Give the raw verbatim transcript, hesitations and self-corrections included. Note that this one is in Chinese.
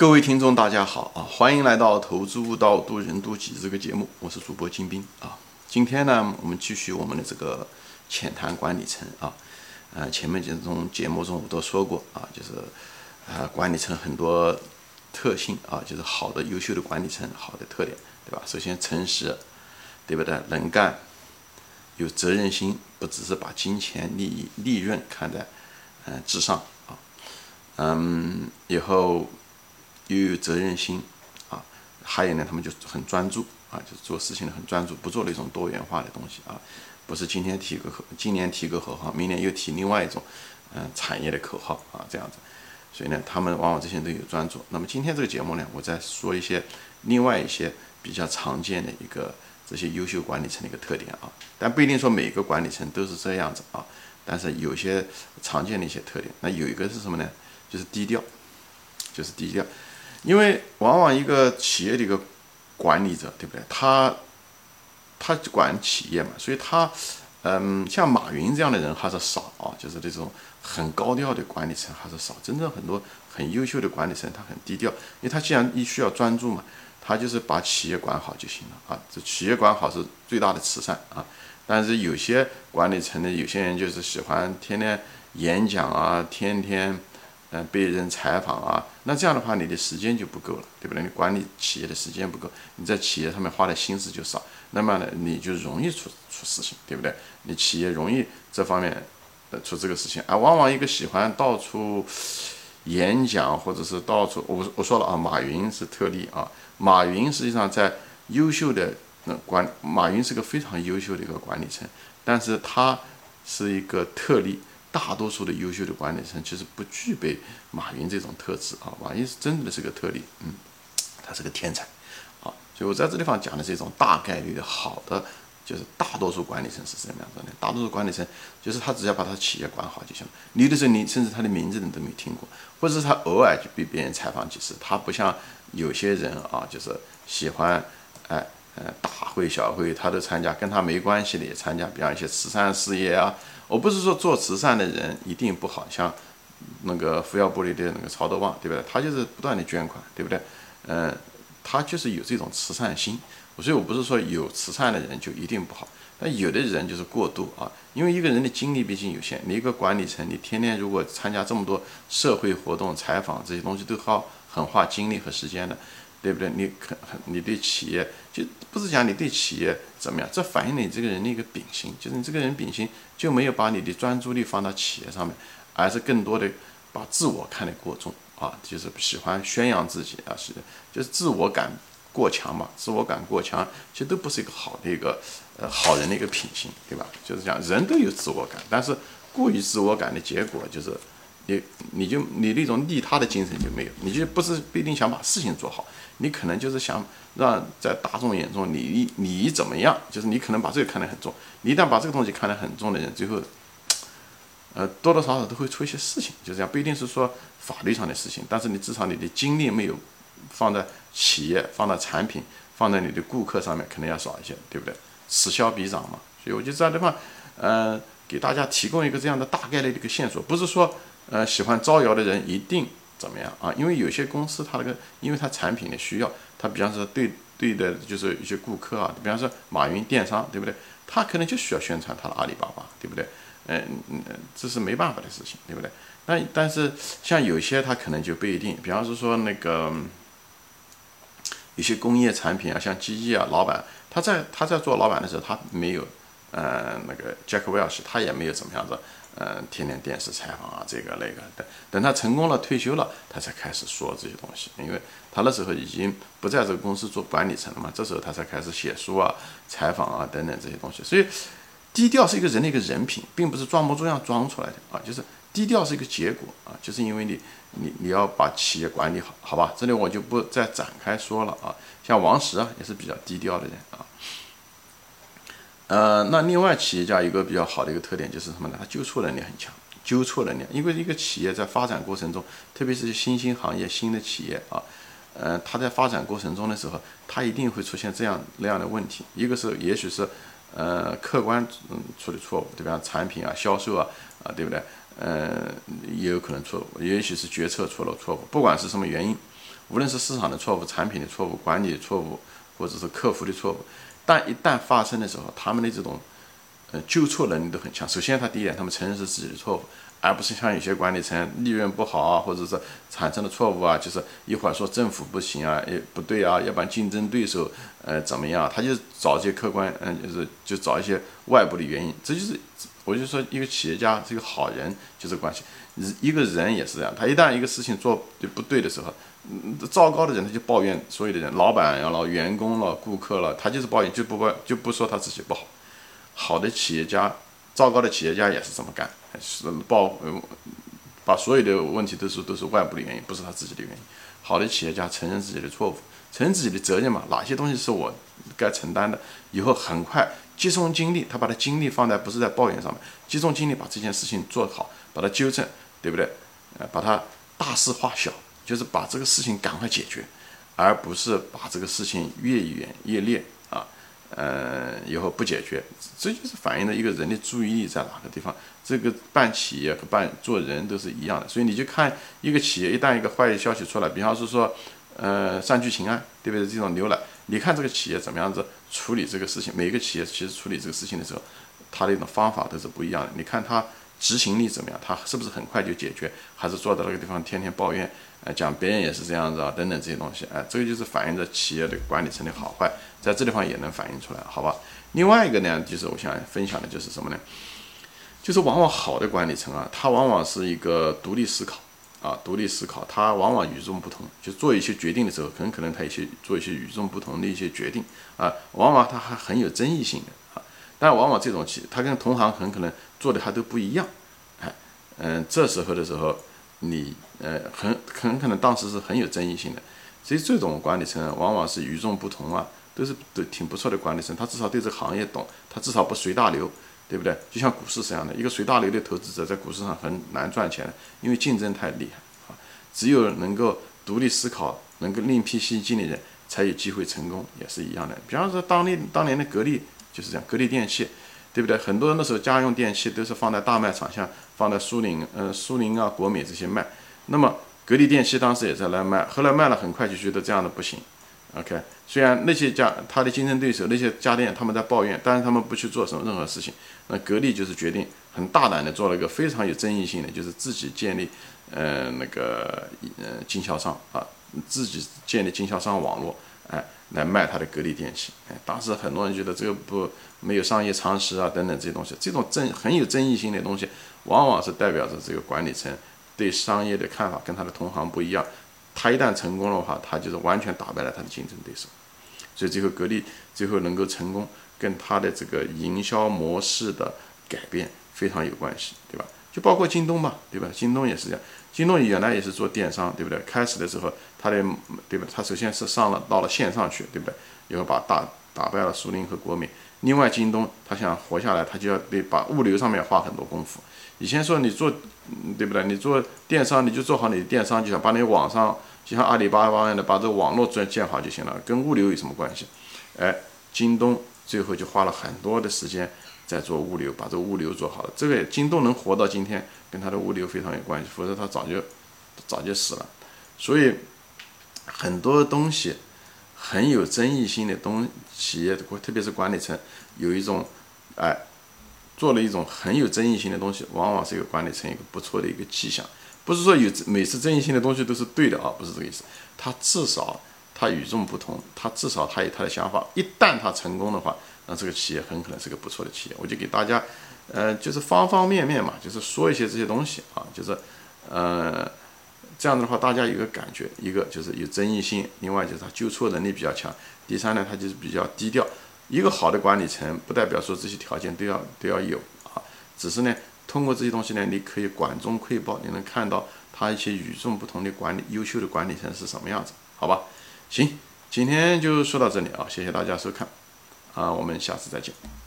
各位听众，大家好啊！欢迎来到《投资悟道，渡人渡己》这个节目，我是主播金兵啊。今天呢，我们继续我们的这个浅谈管理层啊。呃，前面几种节目中我都说过啊，就是啊、呃，管理层很多特性啊，就是好的、优秀的管理层好的特点，对吧？首先诚实，对不对？能干，有责任心，不只是把金钱、利益、利润看在呃之上啊。嗯，以后。又有责任心啊，还有呢，他们就很专注啊，就是做事情的很专注，不做那种多元化的东西啊，不是今天提个口，今年提个口号，明年又提另外一种嗯、呃、产业的口号啊，这样子。所以呢，他们往往这些都有专注。那么今天这个节目呢，我再说一些另外一些比较常见的一个这些优秀管理层的一个特点啊，但不一定说每个管理层都是这样子啊，但是有些常见的一些特点。那有一个是什么呢？就是低调，就是低调。因为往往一个企业的一个管理者，对不对？他他管企业嘛，所以他，嗯，像马云这样的人还是少啊，就是这种很高调的管理层还是少。真正很多很优秀的管理层，他很低调，因为他既然一需要专注嘛，他就是把企业管好就行了啊。这企业管好是最大的慈善啊。但是有些管理层呢，有些人就是喜欢天天演讲啊，天天。嗯，被人采访啊，那这样的话，你的时间就不够了，对不对？你管理企业的时间不够，你在企业上面花的心思就少，那么呢，你就容易出出事情，对不对？你企业容易这方面呃出这个事情，而、啊、往往一个喜欢到处演讲或者是到处，我我说了啊，马云是特例啊，马云实际上在优秀的呃管，马云是个非常优秀的一个管理层，但是他是一个特例。大多数的优秀的管理层其实不具备马云这种特质啊，马云是真的是个特例，嗯，他是个天才啊，所以我在这地方讲的是一种大概率的好的，就是大多数管理层是什么样子的？大多数管理层就是他只要把他企业管好就行了，你的时候你甚至他的名字你都没听过，或者是他偶尔就被别人采访几次，他不像有些人啊，就是喜欢哎呃大会小会他都参加，跟他没关系的也参加，比方一些慈善事业啊。我不是说做慈善的人一定不好，像那个福耀玻璃的那个曹德旺，对不对？他就是不断的捐款，对不对？嗯、呃，他就是有这种慈善心。所以我不是说有慈善的人就一定不好，但有的人就是过度啊。因为一个人的精力毕竟有限，你一个管理层，你天天如果参加这么多社会活动、采访这些东西，都耗很花精力和时间的。对不对？你可你对企业就不是讲你对企业怎么样，这反映你这个人的一个秉性，就是你这个人秉性就没有把你的专注力放到企业上面，而是更多的把自我看得过重啊，就是喜欢宣扬自己啊，是就是自我感过强嘛，自我感过强，其实都不是一个好的一个呃好人的一个品性，对吧？就是讲人都有自我感，但是过于自我感的结果就是。你你就你那种利他的精神就没有，你就不是不一定想把事情做好，你可能就是想让在大众眼中你你怎么样，就是你可能把这个看得很重，你一旦把这个东西看得很重的人，最后，呃多多少少都会出一些事情，就这样，不一定是说法律上的事情，但是你至少你的精力没有放在企业、放在产品、放在你的顾客上面，可能要少一些，对不对？此消彼长嘛，所以我就在这地方，呃，给大家提供一个这样的大概的一个线索，不是说。呃，喜欢招摇的人一定怎么样啊？因为有些公司它那个，因为它产品的需要，它比方说对对的，就是一些顾客啊，比方说马云电商，对不对？他可能就需要宣传他的阿里巴巴，对不对？嗯嗯，这是没办法的事情，对不对？那但是像有些他可能就不一定，比方说说那个有些工业产品啊，像机翼啊，老板他在他在做老板的时候，他没有呃那个 Jack Welch， 他也没有怎么样子。呃，天天电视采访啊，这个那个的，等他成功了、退休了，他才开始说这些东西。因为他那时候已经不在这个公司做管理层了嘛，这时候他才开始写书啊、采访啊等等这些东西。所以，低调是一个人的一个人品，并不是装模作样装出来的啊，就是低调是一个结果啊，就是因为你你你要把企业管理好，好吧？这里我就不再展开说了啊。像王石啊，也是比较低调的人啊。呃，那另外企业家有一个比较好的一个特点就是什么呢？他纠错能力很强，纠错能力。因为一个企业在发展过程中，特别是新兴行业、新的企业啊，呃，它在发展过程中的时候，它一定会出现这样那样的问题。一个是，也许是呃客观嗯出的错误，对吧？产品啊、销售啊啊，对不对？呃，也有可能错误，也许是决策出了错误。不管是什么原因， 无论是市场的错误、产品的错误、管理的错误，或者是客服的错误，但一旦发生的时候，他们的这种呃纠错能力都很强。首先，他第一点，他们承认是自己的错误，而不是像有些管理层利润不好啊，或者是产生的错误啊，就是一会儿说政府不行啊，也不对啊，要不然竞争对手呃怎么样，他就找一些客观，嗯、呃，就是就找一些外部的原因。这就是我就说一个企业家是一个好人就是关系，一个人也是这样，他一旦一个事情做对不对的时候，嗯，糟糕的人他就抱怨所有的人，老板呀了、员工了、顾客了，他就是抱怨，就不抱就不说他自己不好。好的企业家，糟糕的企业家也是这么干，是报把所有的问题都是都是外部的原因，不是他自己的原因。好的企业家承认自己的错误，承认自己的责任嘛，哪些东西是我该承担的，以后很快集中精力，他把他精力放在不是在抱怨上面，集中精力把这件事情做好，把它纠正，对不对？呃，把它大事化小，就是把这个事情赶快解决，而不是把这个事情越演越烈啊。呃，以后不解决，这就是反映了一个人的注意力在哪个地方。这个办企业和办做人都是一样的，所以你就看一个企业，一旦一个坏的消息出来，比方说，呃，三聚氰胺，对不对？这种牛奶，你看这个企业怎么样子处理这个事情？每个企业其实处理这个事情的时候，它的一种方法都是不一样的。你看它执行力怎么样？它是不是很快就解决？还是坐在那个地方天天抱怨？呃，讲别人也是这样子啊，等等这些东西，哎、呃，这个就是反映着企业的管理层的好坏，在这地方也能反映出来，好吧？另外一个呢，就是我想分享的就是什么呢？就是往往好的管理层啊，他往往是一个独立思考啊，独立思考，他往往与众不同，就做一些决定的时候，很可能他一些做一些与众不同的一些决定啊，往往他还很有争议性的啊，但往往这种企业，他跟同行很可能做的还都不一样，哎，嗯，这时候的时候。你呃很很可能当时是很有争议性的，所以这种管理层往往是与众不同啊，都是都挺不错的管理层，他至少对这个行业懂，他至少不随大流，对不对？就像股市这样的，一个随大流的投资者在股市上很难赚钱的，因为竞争太厉害啊，只有能够独立思考，能够另辟蹊径的人才有机会成功，也是一样的。比方说当年当年的格力就是这样，格力电器。对不对？很多人那时候家用电器都是放在大卖场，像放在苏宁、呃苏宁啊、国美这些卖。那么格力电器当时也在来卖，后来卖了很快就觉得这样的不行。OK， 虽然那些家他的竞争对手那些家电他们在抱怨，但是他们不去做什么任何事情。那格力就是决定很大胆的做了一个非常有争议性的，就是自己建立呃那个呃经销商啊，自己建立经销商网络，哎。来卖他的格力电器，哎，当时很多人觉得这个不没有商业常识啊，等等这些东西，这种争很有争议性的东西，往往是代表着这个管理层对商业的看法跟他的同行不一样。他一旦成功的话，他就是完全打败了他的竞争对手，所以最后格力最后能够成功，跟他的这个营销模式的改变非常有关系，对吧？就包括京东嘛，对吧？京东也是这样。京东原来也是做电商，对不对？开始的时候，它的对吧？它首先是上了到了线上去，对不对？以后把打打败了苏宁和国美。另外，京东它想活下来，它就要得把物流上面花很多功夫。以前说你做，对不对？你做电商，你就做好你的电商就行，把你网上就像阿里巴巴一样的把这个网络建好就行了，跟物流有什么关系？哎，京东最后就花了很多的时间。在做物流，把这个物流做好了。这个京东能活到今天，跟它的物流非常有关系，否则它早就早就死了。所以很多东西很有争议性的东企业，特别是管理层有一种哎做了一种很有争议性的东西，往往是一个管理层一个不错的一个迹象。不是说有每次争议性的东西都是对的啊，不是这个意思。它至少它与众不同，它至少它有它的想法。一旦它成功的话，那这个企业很可能是个不错的企业。我就给大家，呃，就是方方面面嘛，就是说一些这些东西啊，就是，呃，这样的话大家有个感觉，一个就是有争议性，另外就是他纠错能力比较强，第三呢，他就是比较低调。一个好的管理层不代表说这些条件都要都要有啊，只是呢，通过这些东西呢，你可以管中窥豹，你能看到他一些与众不同的管理，优秀的管理层是什么样子，好吧？行，今天就说到这里啊，谢谢大家收看。啊，我们下次再见。